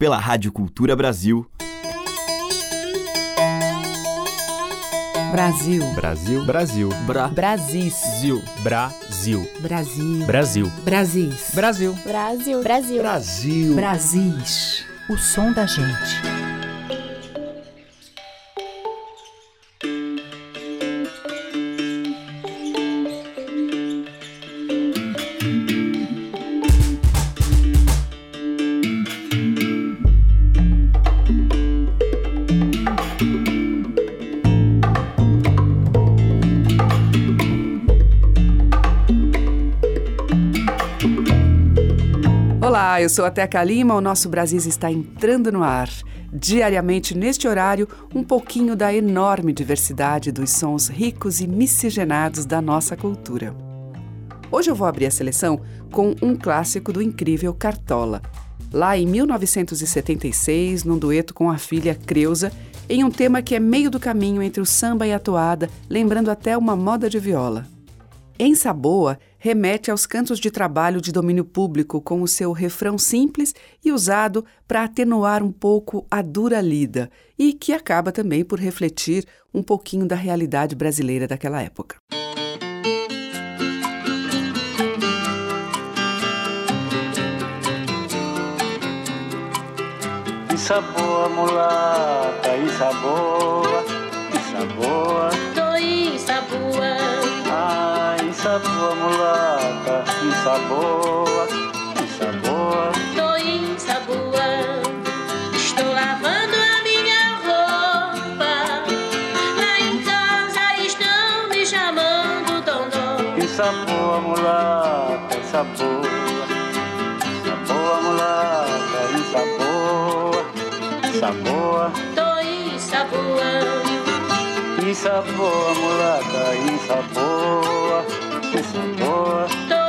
pela Rádio Cultura Brasil. Brasil. Brasil. Brasil. Brasis. Brasil. Brasil. Brasil. Brasis. Brasil. Brasil. Brasil. Brasil. Brasis. O som da gente. Olá, eu sou a Teca Lima, o nosso Brasis está entrando no ar. Diariamente, neste horário, um pouquinho da enorme diversidade dos sons ricos e miscigenados da nossa cultura. Hoje eu vou abrir a seleção com um clássico do incrível Cartola. Lá em 1976, num dueto com a filha Creuza, em um tema que é meio do caminho entre o samba e a toada, lembrando até uma moda de viola. Ensaboa remete aos cantos de trabalho de domínio público com o seu refrão simples e usado para atenuar um pouco a dura lida e que acaba também por refletir um pouquinho da realidade brasileira daquela época. Ensaboa, mulata, ensaboa, ensaboa. Tô ensaboa. Ensaboa, mulata, ensaboa, ensaboa. Tô ensaboa. Estou lavando a minha roupa. Lá em casa estão me chamando Dondô. Ensaboa, mulata, ensaboa. Ensaboa, mulata, ensaboa, ensaboa. Tô ensaboando. Ensaboa, mulata, ensaboa, ensaboa. Tô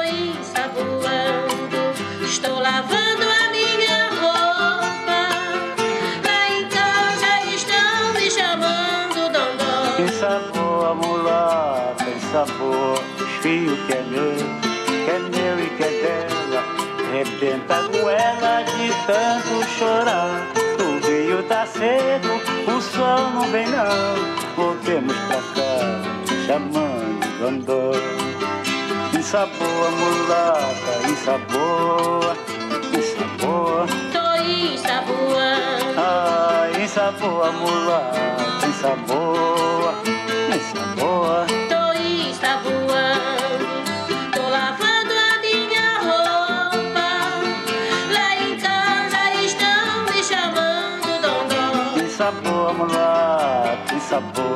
ensaboando. Estou lavando a minha roupa. Lá em casa estão me chamando Dondô. Ensaboa, mulata, ensaboa. Os fios que é meu e que é dela. Rebenta a goela de tanto chorar. O rio tá seco, o sol não vem não. Voltemos pra cá, chamando Dondô. Ensaboa, mulata, ensaboa, ensaboa. Tô ensaboando. Ensaboa, mulata, ensaboa, ensaboa. Tô ensaboando. Tô lavando a minha roupa. Lá em casa estão me chamando Dondô. Ensaboa, mulata, ensaboa.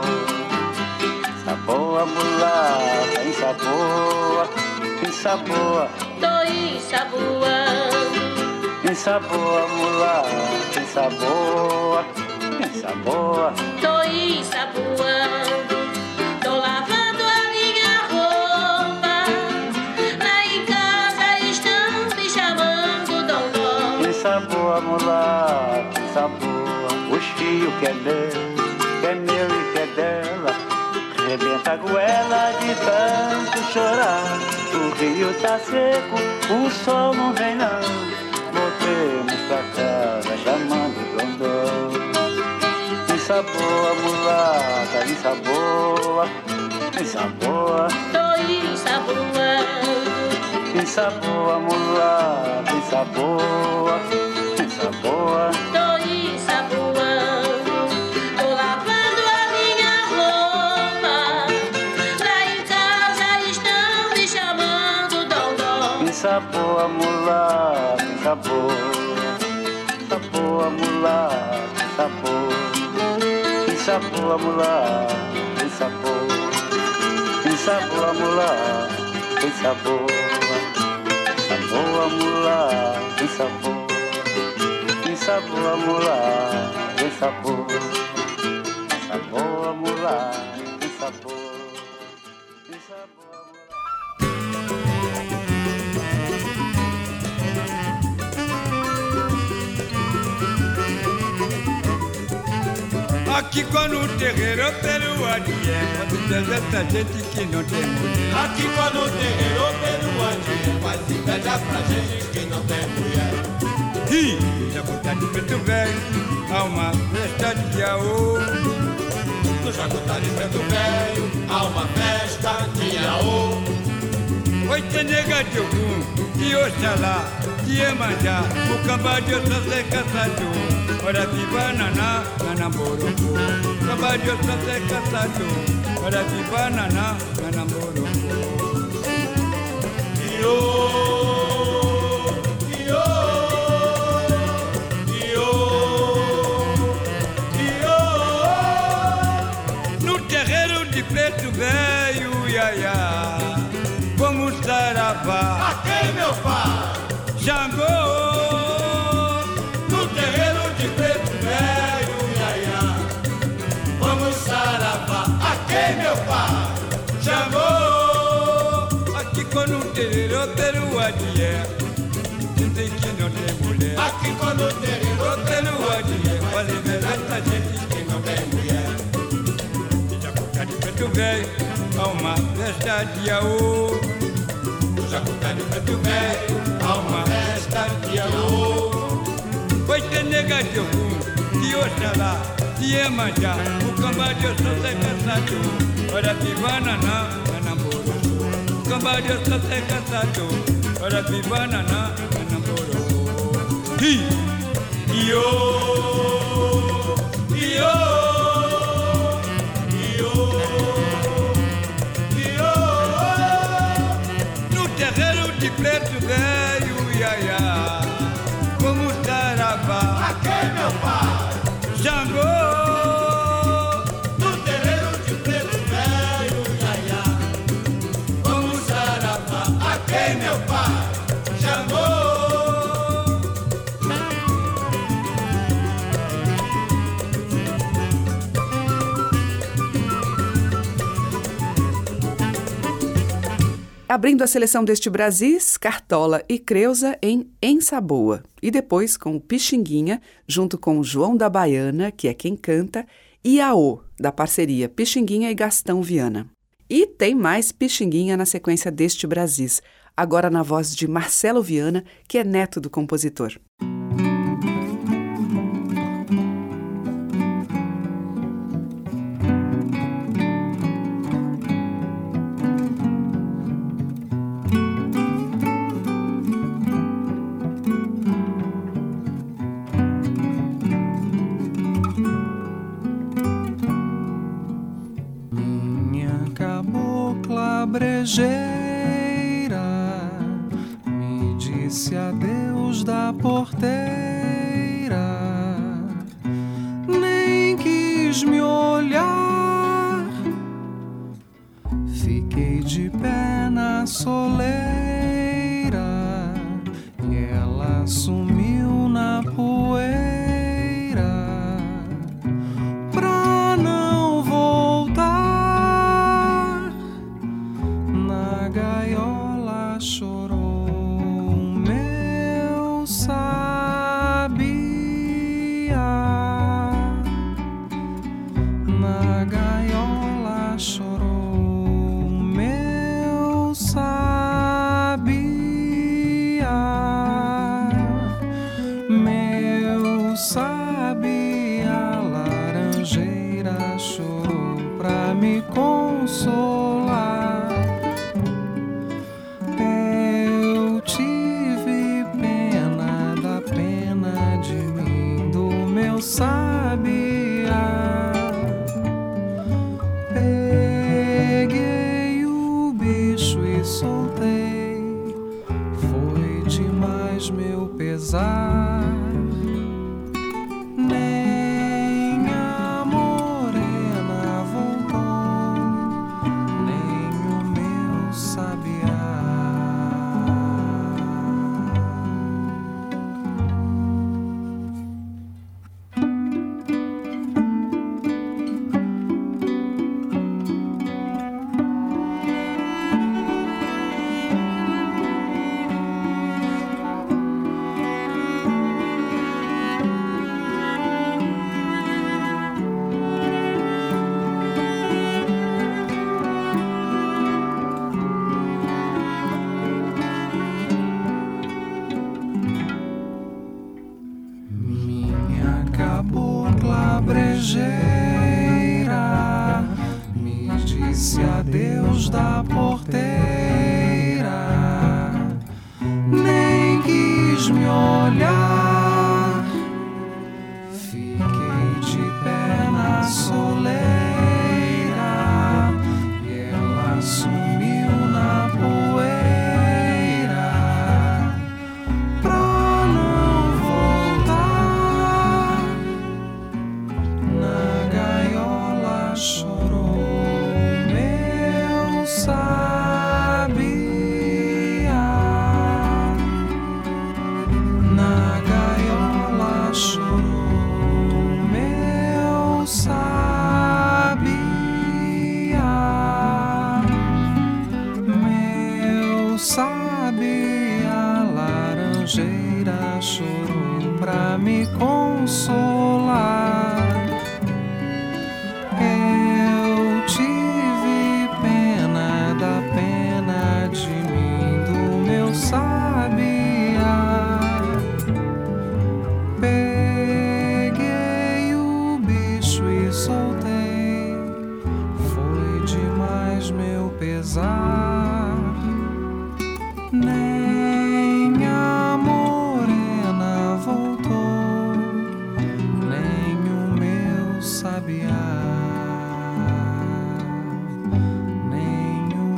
Ensaboa, mulata, ensaboa, ensaboa. Tô ensaboando. Ensaboa, mulata, ensaboa, ensaboa. Tô ensaboando. Tô lavando a minha roupa. Lá em casa estão me chamando Dondô. Ensaboa, mulata, ensaboa. Os fios que é meu e que é dela. Rebenta a goela de tanto chorar. O rio tá seco, o sol não vem não. Voltemos pra casa chamando Dondô. Ensaboa, mulata, ensaboa, ensaboa. Tô ensaboando. Ensaboa, mulata, ensaboa, ensaboa. Tô ensaboando. Tô lavando a minha roupa. Lá em casa estão me chamando Dondô. Ensaboa, mulata, ensaboa. Ensaboa, mulata, ensaboa. Ensaboa, mulata, ensaboa. Ensaboa, mulata, ensaboa. Ensaboa, mulata, ensaboa. Ensaboa, mulata, ensaboa. Ensaboa, mulata, ensaboa. Ensaboa, Aqui quando o terreiro é peruadinha, quando tem tanta gente que não tem mulher. Aqui quando o terreiro é peruadinha, faz inveja pra gente que não tem mulher. Ih, Jacutá de Preto Velho, há uma festa de Iaô. No Jacutá de Preto Velho, há uma festa de Iaô. Oi, Tenega de Ogum, de Oxalá, de Iemanjá, o cambá de Oxalá caçador. Ora viva naná, nanamborocô. Cambá de Oxalá caçador. Ora viva naná, nanamborocô. Iô, iô, iô, iô. No terreiro de Preto Velho, iaiá, vamos saravá. Aqui, meu pai. Xangô, No terreiro de Preto Velho, iaiá, vamos saravá. Aqui, meu pai. Xangô, aqui quando um terreiro teruadié, dizem que não tem mulher. Aqui quando o terreiro Teruadié, faz essa gente que não tem mulher. De Jacutá de Preto Velho, há uma festa de Iaô. no Jacutá de Preto Velho, há uma festa de Iaô. Oi, Tenega de Ogum, de Oxalá, de Iemanjá, o cambá de Oxalá caçador. Ora viva naná, nanamborocô. O cambá de Oxalá caçador. Ora viva naná, nanamborocô. Ih, Iô, iô, iô, iô. no terreiro de Preto Velho, iaiá, como saravá. Aqui, meu pai. Xangô, No terreiro de Preto Velho, iaiá, vamos saravá. Aqui, meu pai. Xangô. Abrindo a seleção deste Brasis, Cartola e Creuza em Ensaboa. E depois com o Pixinguinha, junto com o João da Baiana, que é quem canta, e Aô, da parceria Pixinguinha e Gastão Viana. E tem mais Pixinguinha na sequência deste Brasis, agora na voz de Marcelo Viana, que é neto do compositor. Brejeira, me disse adeus da porteira, nem quis me olhar, fiquei de pé na soleira e ela sumiu na poeira. Pra não voltar, na gaiola chorou meu sabiá. Na gaiola chorou meu sabiá. Meu sabiá, laranjeira chorou pra me consolar. Eu tive pena da pena de mim, do meu sabiá. Peguei o bicho e soltei, foi demais meu pesar. Nem a morena voltou, nem o meu sabiá. ligeira, me disse adeus da porteira, nem quis me olhar, fiquei de pé na soleira e ela sumiu na poeira. Me consolar, eu tive pena da pena de mim, do meu sabiá. Peguei o bicho e soltei, foi demais meu pesar. Nem a morena voltou, nem o meu sabiá, nem o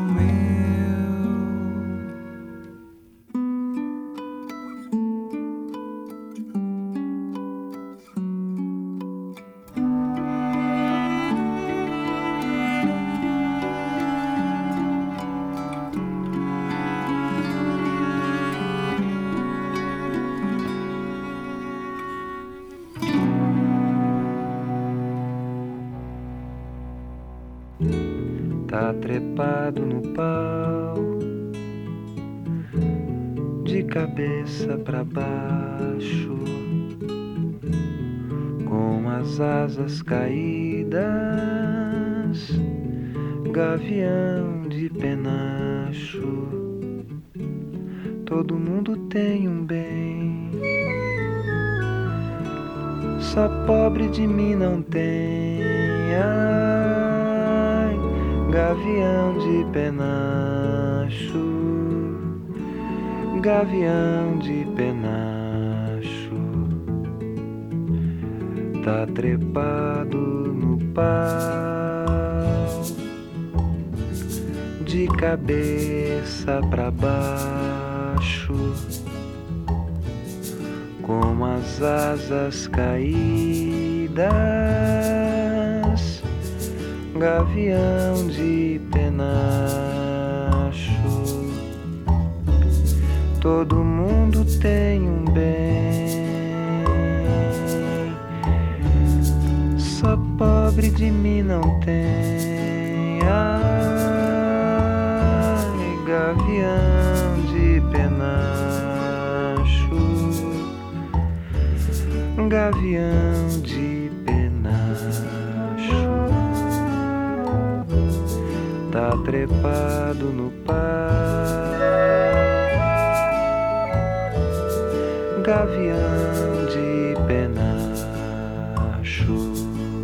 Tá trepado no pau, de cabeça pra baixo, com as asas caídas, gavião de penacho. Todo mundo tem um bem, só pobre de mim não tem. Ai, gavião de penacho, gavião de penacho, tá trepado no pau, de cabeça pra baixo, com as asas caídas, gavião de penacho. Todo mundo tem um bem, só pobre de mim não tem. Ai, gavião de penacho, gavião de penacho, tá trepado no pau, gavião de penacho.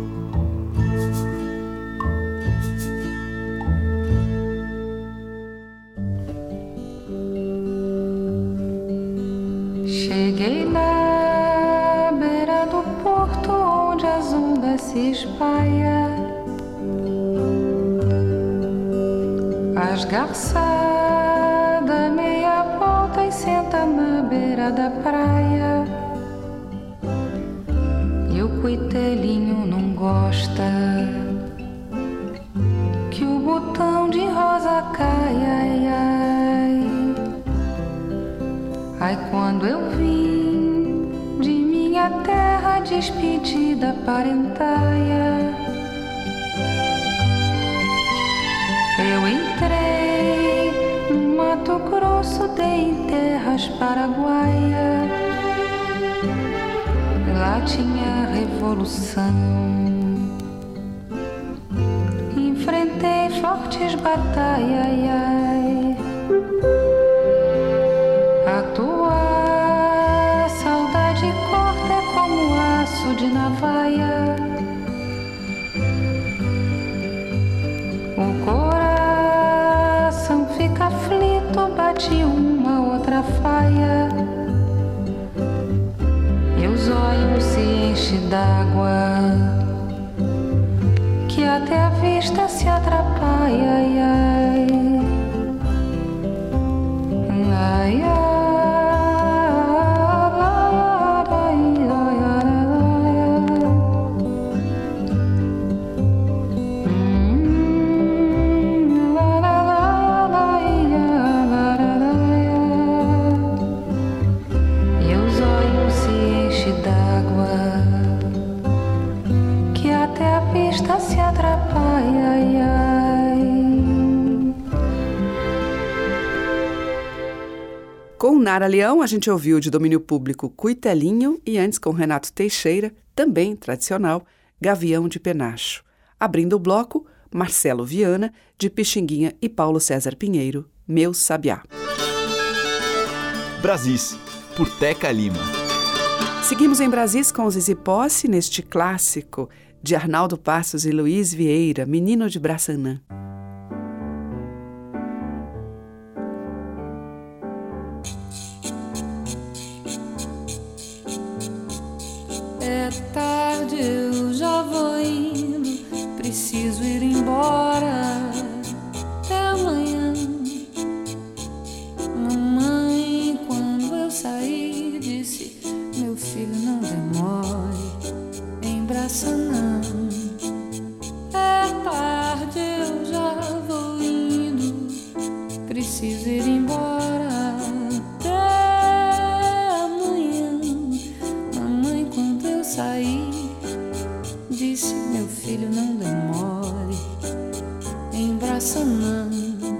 Cheguei na beira do porto onde as ondas se espalham, a esgarçada meia volta e senta na beira da praia. E o coitelinho não gosta que o botão de rosa caia, ai, ai. Ai, quando eu vim de minha terra despedida parentaia, eu entrei no Mato Grosso, dei em terras paraguaias. Lá tinha revolução, enfrentei fortes batalhas, ai, ai. A tua saudade corta é como aço de navalha, O coração fica aflito, bate uma outra faia, e os olhos se enchem d'água, que até a vista se atrapalha. Ai, ai, ai, ai. Se atrapalha, ai, ai. Com Nara Leão, a gente ouviu de domínio público Cuitelinho e antes com Renato Teixeira, também tradicional, Gavião de Penacho. Abrindo o bloco, Marcelo Viana, de Pixinguinha e Paulo César Pinheiro, Meu Sabiá. Brasis, por Teca Lima. Seguimos em Brasis com Zizi Posse neste clássico de Arnaldo Passos e Luiz Vieira, Menino de Braçanã. É tarde, eu já vou indo, preciso ir embora. Até amanhã. Mamãe, quando eu saí, disse: meu filho, não demore em Braçanã. É tarde, eu já vou indo, preciso ir embora. Até amanhã. Mamãe, quando eu saí, disse: meu filho, não demore em Braçanã.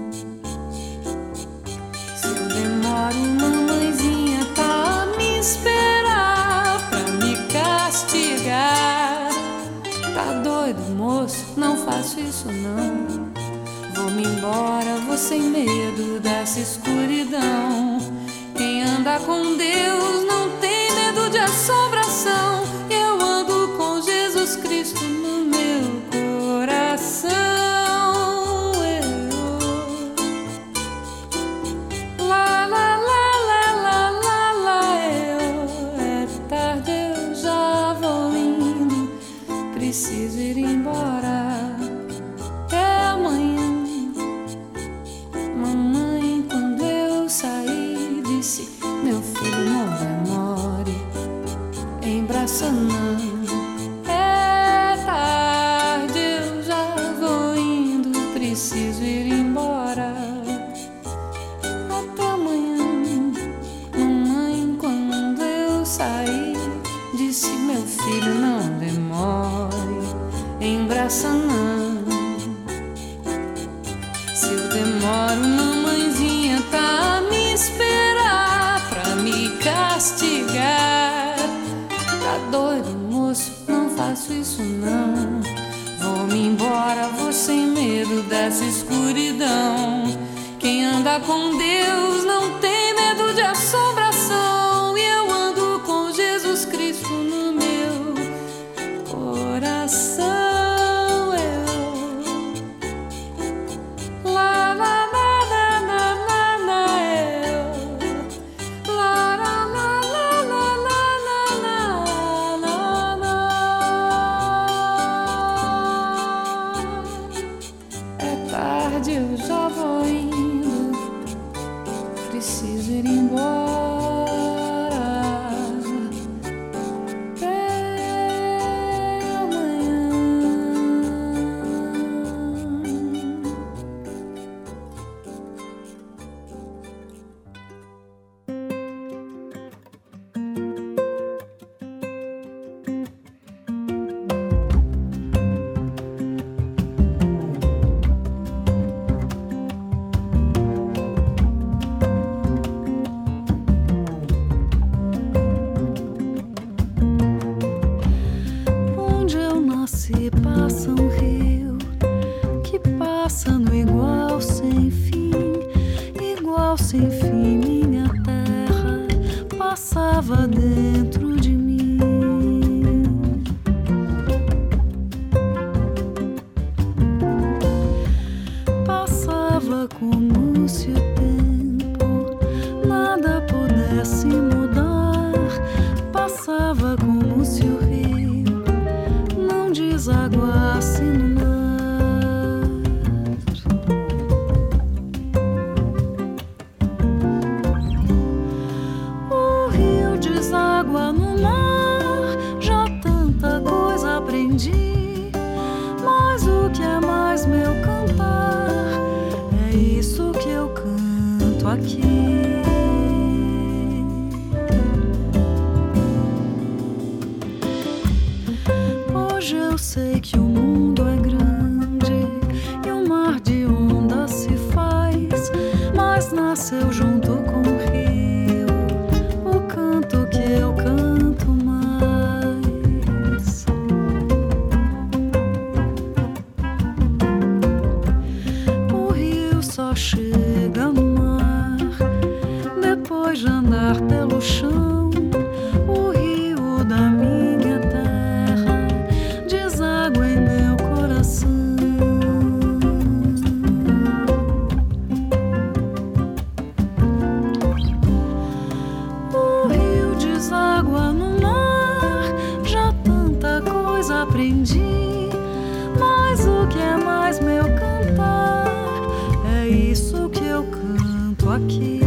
Se eu demoro, mamãezinha tá a me esperar pra me castigar. Tá doido, moço? Não faço isso não. Vou-me embora, vou sem medo dessa escuridão. Quem anda com Deus não tem medo de assombração. Eu ando com Jesus Cristo no meu coração. Lá, lá, lá, lá, lá, lá, lá, é tarde, eu já vou indo, preciso ir embora. Até amanhã. Mamãe, quando eu saí, disse: meu filho, não demore em Braçanã. É tarde, eu já vou indo, preciso ir embora. Até amanhã. Mamãe, quando eu saí, disse: meu filho, não demore em Braçanã. Se eu demoro, mamãezinha tá a me esperar pra me castigar. Tá doido, moço? Não faço isso não. Vou-me embora, vou sem medo dessa escuridão. Quem anda com Deus não tem medo de assombração. E eu ando com Jesus Cristo no meu coração. Eu já vou indo, preciso ir embora. Até amanhã. Passa um rio que passa no igual sem fim, minha terra passava dentro de mim. aqui. Hoje eu sei que o mundo é grande e um mar de onda se faz, mas nasceu junto com o rio o canto que eu canto mais. O rio só chega no mar depois de andar pelo chão. O rio da minha terra deságua em meu coração. O rio deságua no mar, já tanta coisa aprendi, mas o que é mais meu cantar é isso que eu canto aqui.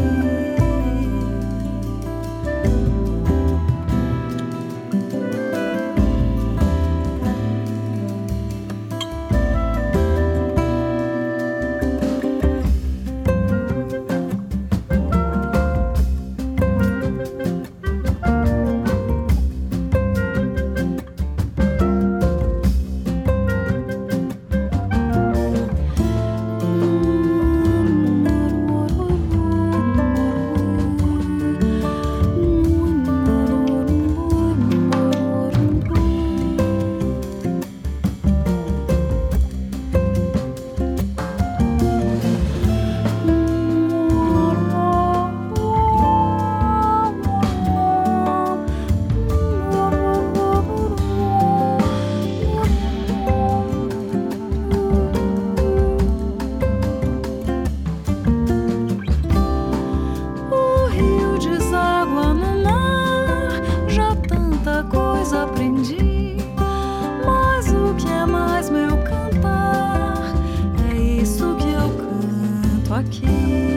O rio deságua no mar, já tanta coisa aprendi, mas o que é mais meu cantar é isso que eu canto aqui.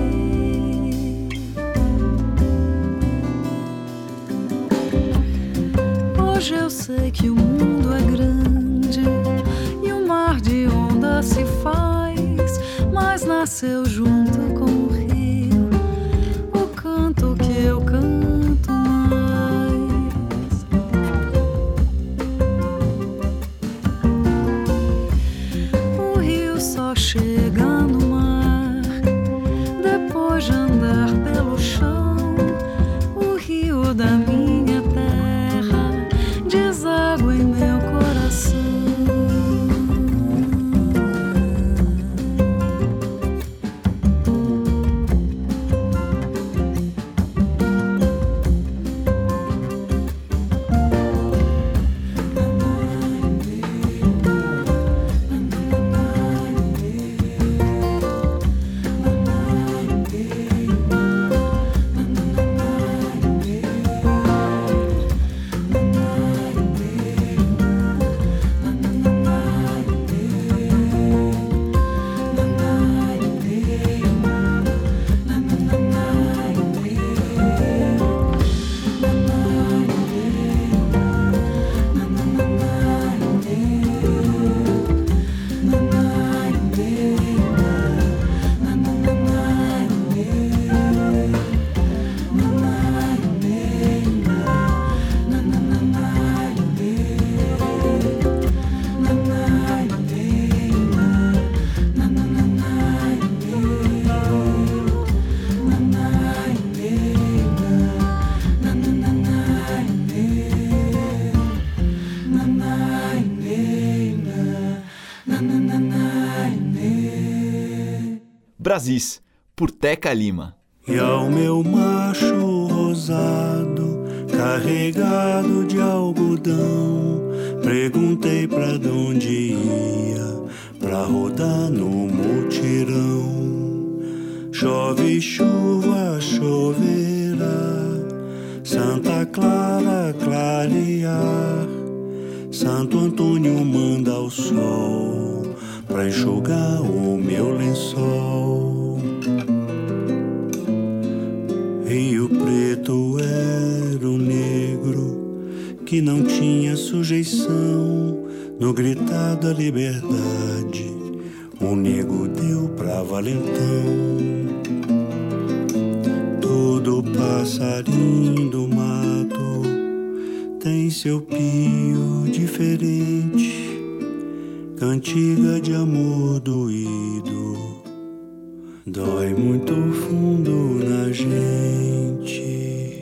Hoje eu sei que o mundo é grande e um mar de onda se faz, mas nasceu junto com o rio o canto que eu canto mais. O rio só chega no mar depois de andar pelo chão. O rio da minha terra deságua em meu coração. Brasis, por Teca Lima. E ao meu macho rosado, carregado de algodão, perguntei pra onde ia, pra rodar no mutirão. Chove chuva, choverá, Santa Clara clarear, Santo Antônio manda o sol pra enxugar o meu lençol. Rio Preto era o negro que não tinha sujeição. No gritar da liberdade, o nego deu pra valentão. Todo passarinho do mato tem seu pio diferente, cantiga de amor doído, dói muito fundo na gente.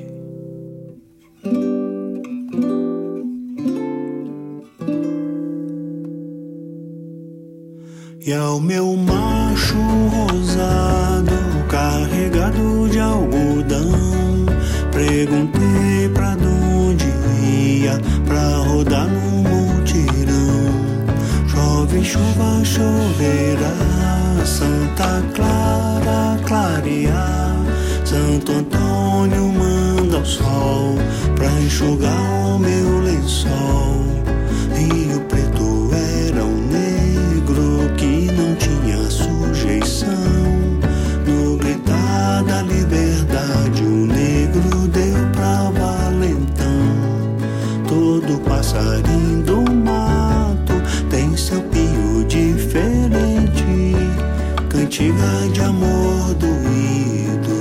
E ao meu macho rosado, carregado de algodão, perguntei pra onde ia, pra rodar no multirão. Chove, chuva, choverá, Santa Clara clarear, Santo Antônio manda o sol pra enxugar o meu lençol. Rio Preto era um negro que não tinha sujeição. No gritar da liberdade o negro deu pra valentão. Todo passarinho do mato tem seu pio diferente, cantiga de amor doído,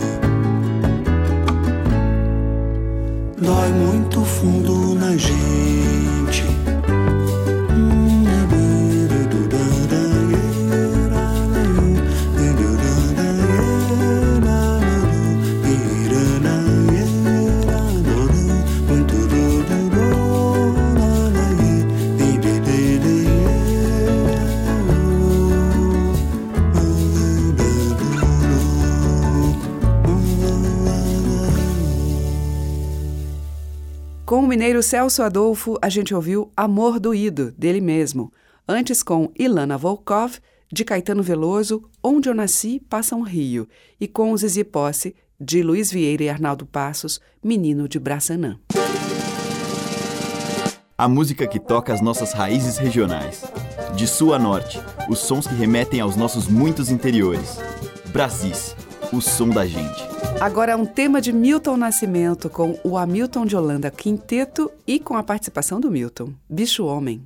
dói muito fundo na gente. Com o mineiro Celso Adolfo, a gente ouviu Amor Doído, dele mesmo. Antes com Ilana Volkov, de Caetano Veloso, Onde Eu Nasci, Passa um Rio. E com o Zizi Posse, de Luiz Vieira e Arnaldo Passos, Menino de Braçanã. A música que toca as nossas raízes regionais. De sul a norte, os sons que remetem aos nossos muitos interiores. Brasis, o som da gente. Agora um tema de Milton Nascimento com o Hamilton de Holanda Quinteto e com a participação do Milton, Bicho Homem.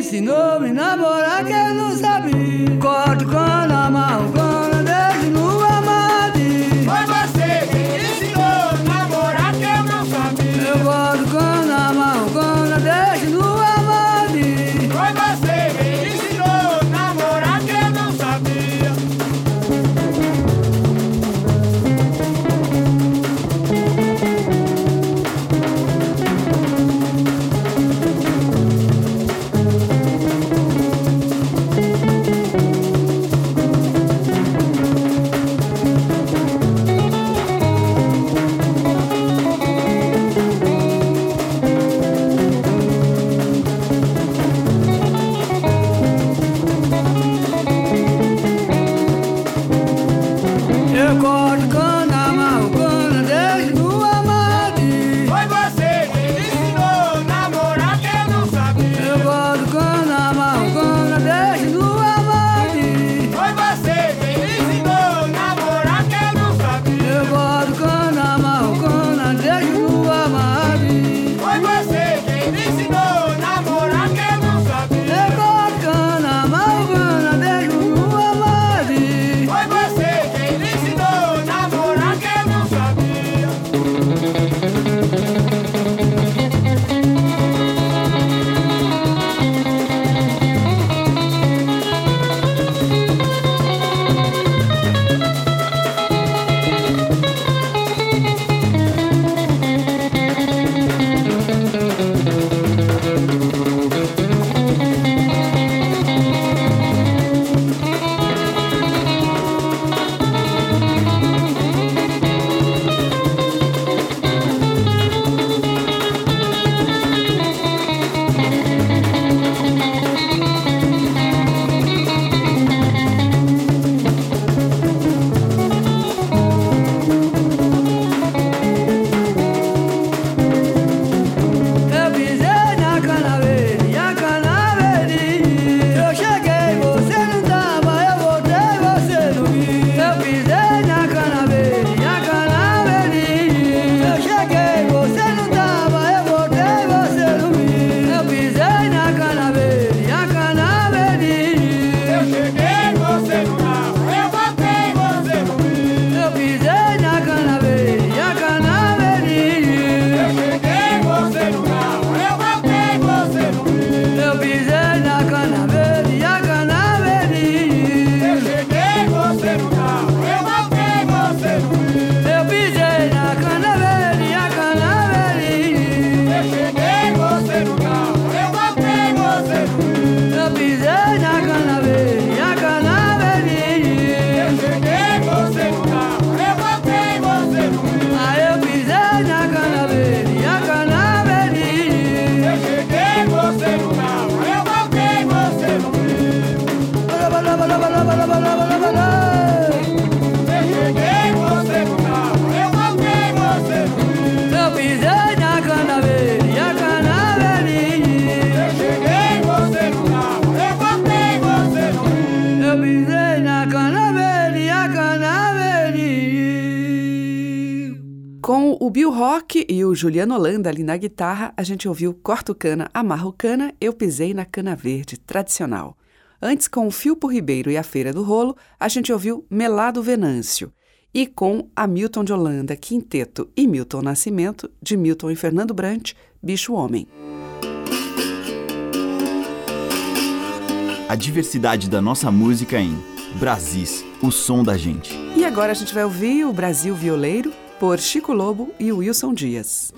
ensinou a me namorar que eu não sabia. Corto cana, amarro cana, deixo no amadinho. Foi você quem ensinou a namorar que eu não sabia. Eu corto cana, amarro cana, deixo no amadinho. Foi você quem ensinou a namorar que eu não sabia. Eu corto cana, amarro cana, deixo no amadinho. Foi você quem ensinou a namorar que eu não sabia. Eu corto cana, amarro cana, deixo no amadinho. Foi você quem ensinou a namorar que eu não sabia. Eu corto cana, amarro cana, deixo no amadinho. Foi você quem me ensinou a namorar que eu não sabia. Eu corto cana, amarro cana, deixo no amadinho. Foi você quem me ensinou a namorar que eu não sabia. Eu pisei na cana verde, a cana verde. Eu cheguei, você não tava, eu voltei, você não viu. Eu pisei na cana verde, a cana verde. Eu cheguei, você não tava, eu voltei, você não viu. Eu pisei na cana verde, a cana verde. Eu cheguei, você não tava. Eu voltei, você não viu. Eu pisei na cana verde, a cana verde. Eu cheguei, você não tava. Eu voltei, você não viu. Eu pisei na cana verde, a cana verde. Eu cheguei, você não tava. Eu voltei, você não viu. Eu pisei na cana verde, a cana verde. Eu cheguei, você não tava. Eu voltei, você não viu. Eu pisei na cana verde, a cana verde. Eu cheguei, você não tava. Eu voltei, você não viu. Ah, eu pisei na cana verde, a cana verde. Eu cheguei, você não tava. Eu voltei, você não viu. Balá, balá, balá, balá, balá, balá, balá, balá. Eu cheguei, você não tava. Eu voltei, você não viu. Eu pisei na cana verde, a cana verde. Eu cheguei, você não tava. Eu voltei, você não viu. Eu pisei na cana verde, a cana verde. Com o Bill Rock e o Juliano Holanda ali na guitarra, a gente ouviu Corto Cana, Amarro Cana, Eu Pisei na Cana Verde, tradicional. Antes, com o Filpo Ribeiro e a Feira do Rolo, a gente ouviu Melado Venâncio. E com Hamilton de Holanda, Quinteto e Milton Nascimento, de Milton e Fernando Brant, Bicho Homem. A diversidade da nossa música em Brasis, o som da gente. E agora a gente vai ouvir o Brasil Violeiro, por Chico Lobo e Wilson Dias.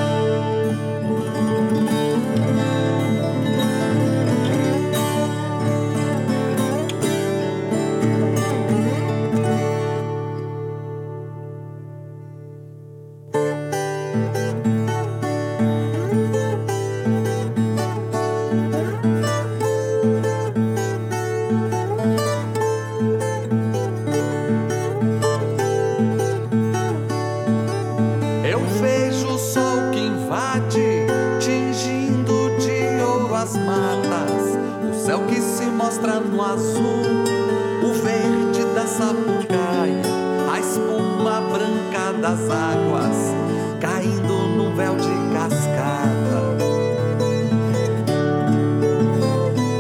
No azul, o verde da sapucaia, a espuma branca das águas, caindo num véu de cascata.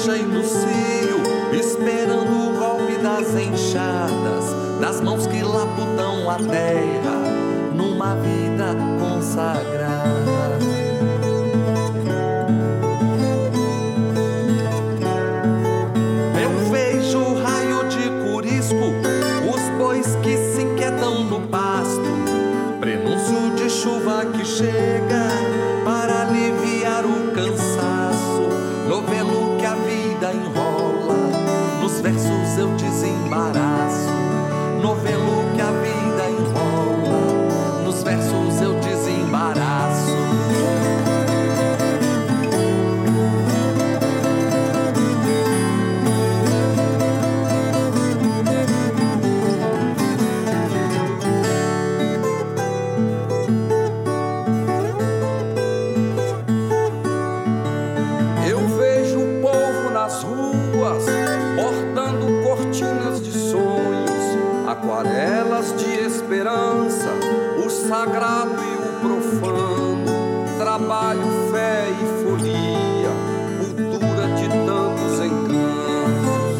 marchei no cio, esperando o golpe das enxadas, das mãos que laputam a terra numa vida consagrada. Eu vejo o raio de curisco, os bois que se inquietam no pasto, prenúncio de chuva que chega para aliviar o cansaço, novelo que a vida enrola, nos versos eu desembaraço, novelo que a vida enrola, nos versos eu desembaraço. Aquarelas de esperança, o sagrado e o profano, trabalho, fé e folia, cultura de tantos encantos.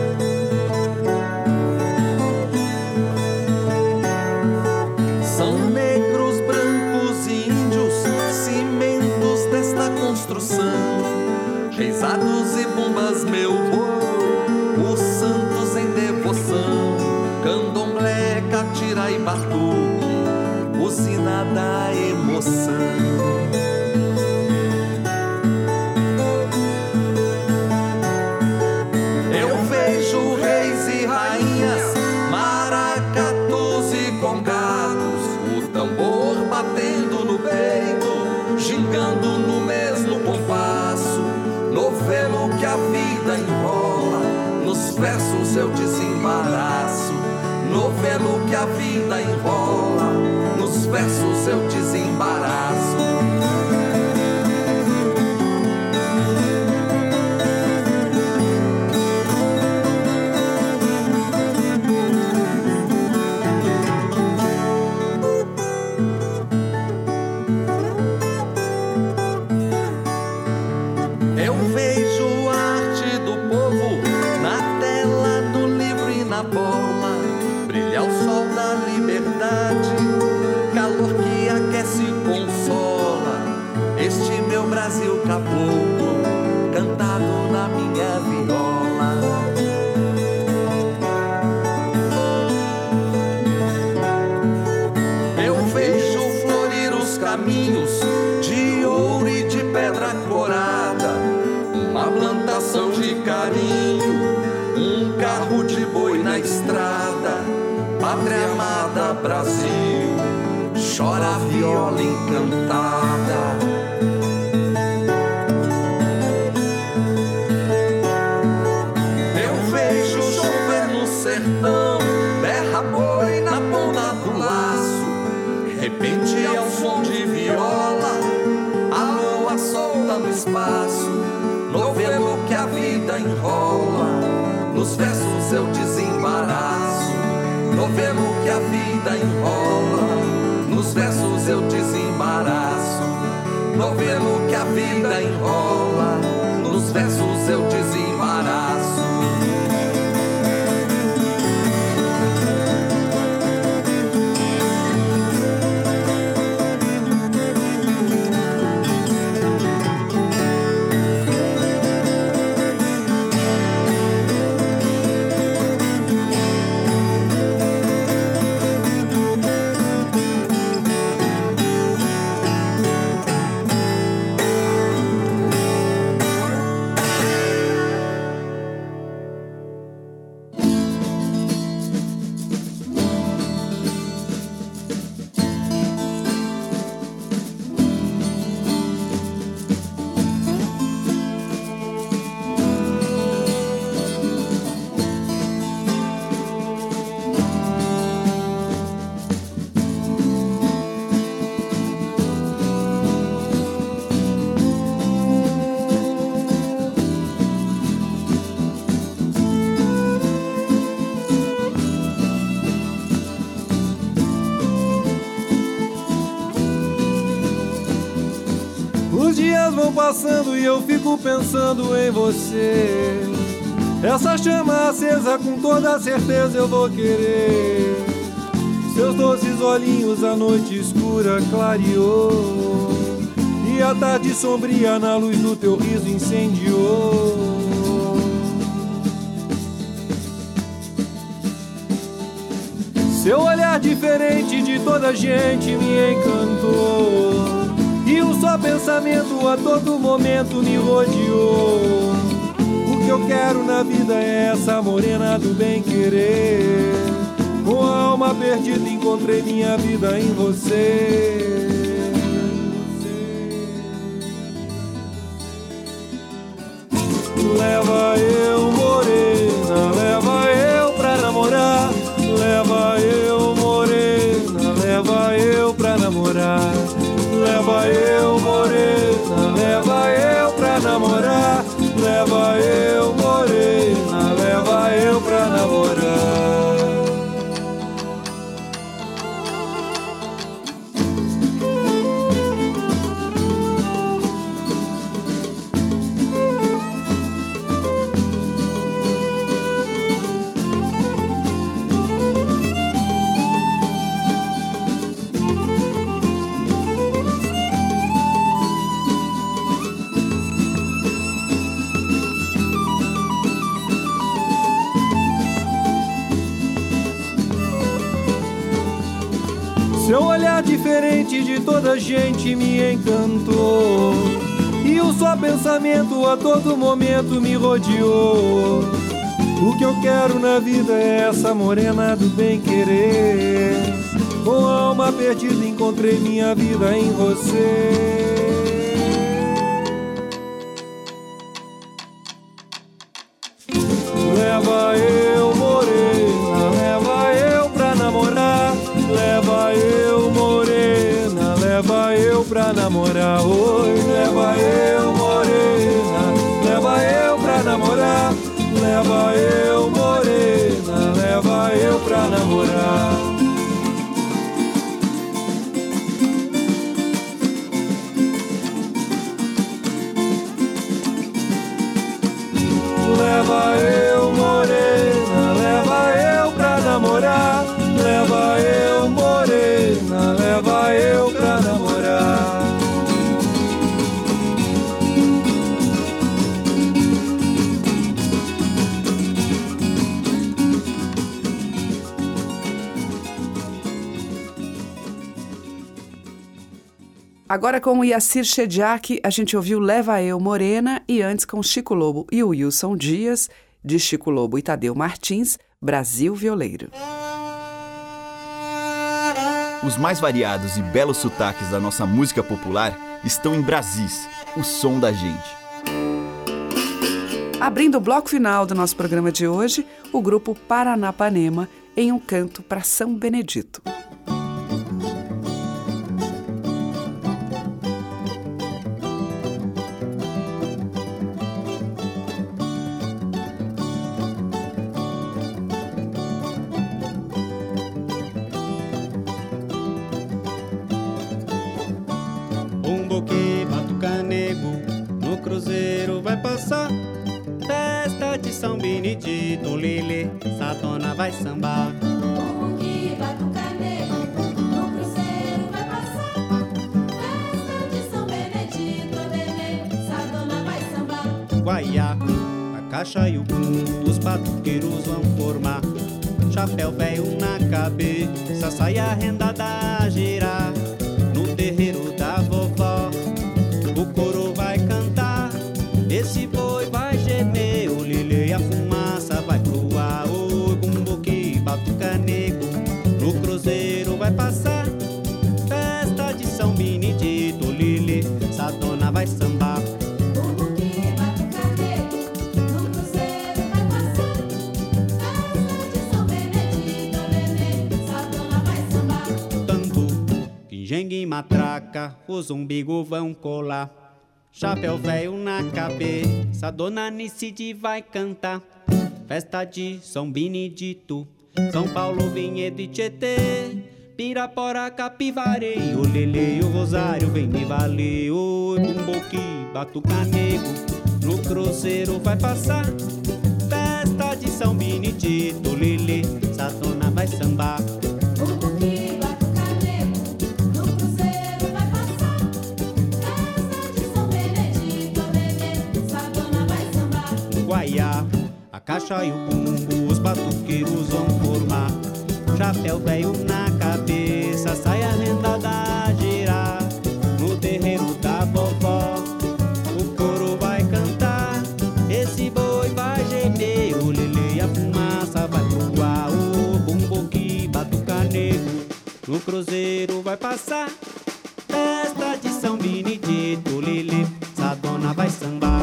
São negros, brancos e índios, cimentos desta construção, reisados e bombas, meu boi, os santos em devoção. Candomblé, catira e batuque, usina da emoção. Eu vejo reis e rainhas, maracatus e congados, o tambor batendo no peito, gingando no mesmo compasso, novelo que a vida enrola, nos versos eu desembaraço. Novelo que a vida enrola, nos versos eu desembaraço. Eu vejo a arte do povo na tela, no livro e na bola. Brilha o sol da liberdade, calor que aquece e consola. Este meu Brasil caboclo, cantado na minha viola. Eu vejo florir os caminhos de ouro e de pedra corada, uma plantação de carinho, um carro de boi na estrada. Pátria amada Brasil, chora a viola encantada. Eu vejo chover no sertão, berra boi na ponta do laço, repente ao som de viola, a lua solta no espaço, novelo que a vida enrola, nos versos eu desembaraço. Novelo que a vida enrola, nos versos eu desembaraço. Novelo que a vida enrola, nos versos eu desembaraço. Os dias vão passando e eu fico pensando em você. Essa chama acesa com toda certeza eu vou querer. Seus doces olhinhos a noite escura clareou, e a tarde sombria na luz do teu riso incendiou. Seu olhar diferente de toda gente me encantou, e um só pensamento a todo momento me rodeou. O que eu quero na vida é essa morena do bem-querer. Com a alma perdida encontrei minha vida em você. Leva eu, morena, leva eu pra namorar. Leva eu, morena, leva eu pra namorar. Leva eu, morena, leva eu pra namorar. Leva eu, morena, leva eu pra namorar. Seu olhar diferente de toda gente me encantou, e um só pensamento a todo momento me rodeou. O que eu quero na vida é essa morena do bem-querer. Com a alma perdida encontrei minha vida em você. Leva eu, morena, leva eu pra namorar. Leva eu, morena, leva eu pra namorar. Oi, leva eu, morena, leva eu pra namorar. Leva eu, morena, leva eu pra namorar. Leva eu, morena, leva eu pra namorar. Leva eu, morena, leva eu pra namorar. Agora com o Yacir Shediak, a gente ouviu Leva Eu, Morena, e antes com Chico Lobo e o Wilson Dias, de Chico Lobo e Tadeu Martins, Brasil Violeiro. Os mais variados e belos sotaques da nossa música popular estão em Brasis, o som da gente. Abrindo o bloco final do nosso programa de hoje, o grupo Paranapanema em um canto para São Benedito. No cruzeiro vai passar festa de São Benedito, Lili, Satona vai sambar. O que batucaneiro, no cruzeiro vai passar festa de São Benedito, Lili, Satona vai sambar. Guaiá, a caixa e o bum, os batuqueiros vão formar. Chapéu velho na cabeça, saia rendada a girar. No terreiro da vovó, o coro vai cantar, esse boi vai gemer, o lilê e a fumaça vai pro ar. O bumbuqui, batucanego, no cruzeiro vai passar festa de São Benedito, Lili, Satona vai sambar. Bumbuqui, batucanego, no cruzeiro vai passar festa de São Benedito, Lili, Satona vai sambar. Tanto que engengue e matraca, os umbigos vão colar. Chapéu velho na cabeça, Dona Nicide vai cantar. Festa de São Benedito, São Paulo, Vinhedo e Tietê, Pirapora, Capivari, o Lele, o Rosário vem me valer. Oi, Bumboqui, Batucanego, no cruzeiro vai passar. Festa de São Benedito, Lele, Satona vai sambar. Bumboqui, Batucanego, no cruzeiro vai passar. Festa de São Benedito, Lele, Satona vai sambar. No Guaiá, a caixa e o bumbo, os batuqueiros vão formar. Chapéu velho na cabeça, saia rendada a girar. No terreiro da vovó, o coro vai cantar. Esse boi vai gemer, o lelê e a fumaça vai voar. O Bumboqui, Batucanego, no cruzeiro vai passar. Festa de São Benedito, o lelê, Sadona vai sambar.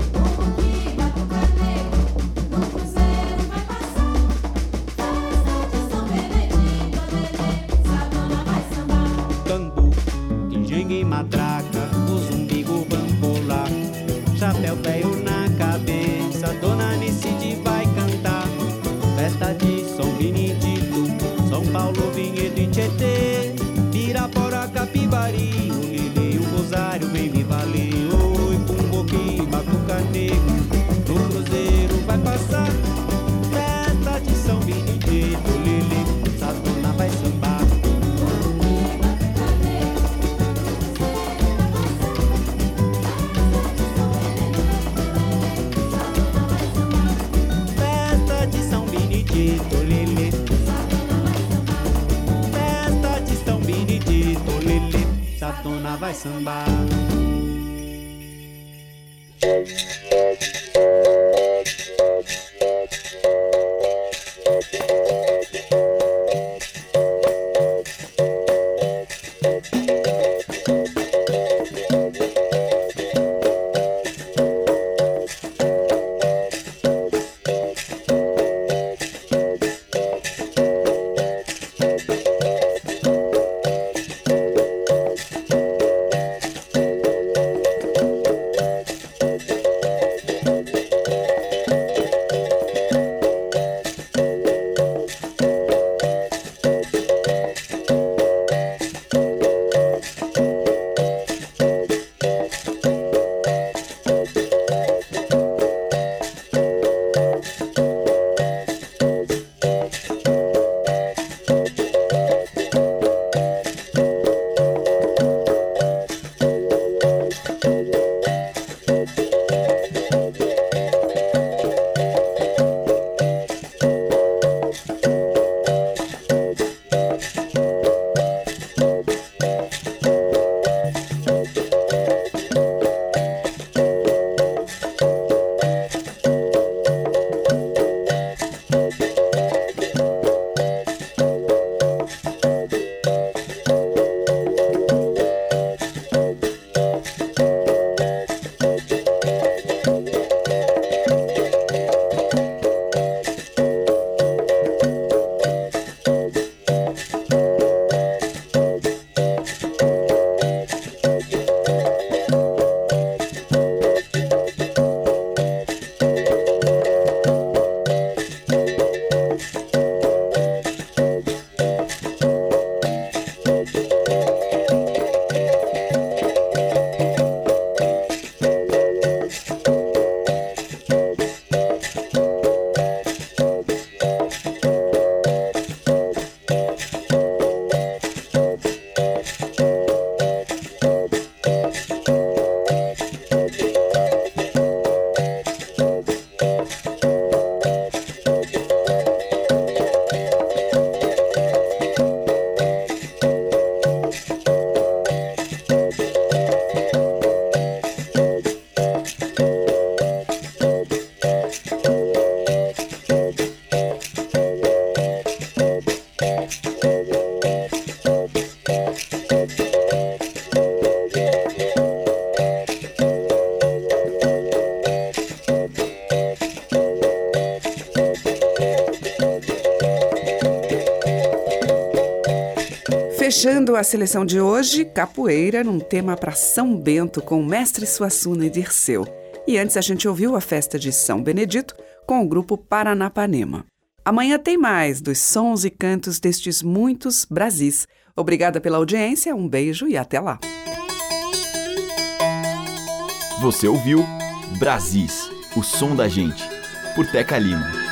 Matraca, os umbigo vão pular. Chapéu velho na cabeça, Dona Nicide vai cantar. Festa de São Benedito, São Paulo, Vinhedo e Tietê. Pirapora, Capivari, o Lili, o Rosário vem me valer. Oi, Bumboqui, Batucanego, no cruzeiro vai passar. Festa de São Benedito, Lili, Satona vai sambar. Lele, festa de São Benedito, Lele, Satona vai sambar. Fechando a seleção de hoje, capoeira num tema para São Bento com o mestre Suassuna e Dirceu. E antes a gente ouviu a festa de São Benedito com o grupo Paranapanema. Amanhã tem mais dos sons e cantos destes muitos Brasis. Obrigada pela audiência, um beijo e até lá. Você ouviu Brasis, o som da gente, por Teca Lima.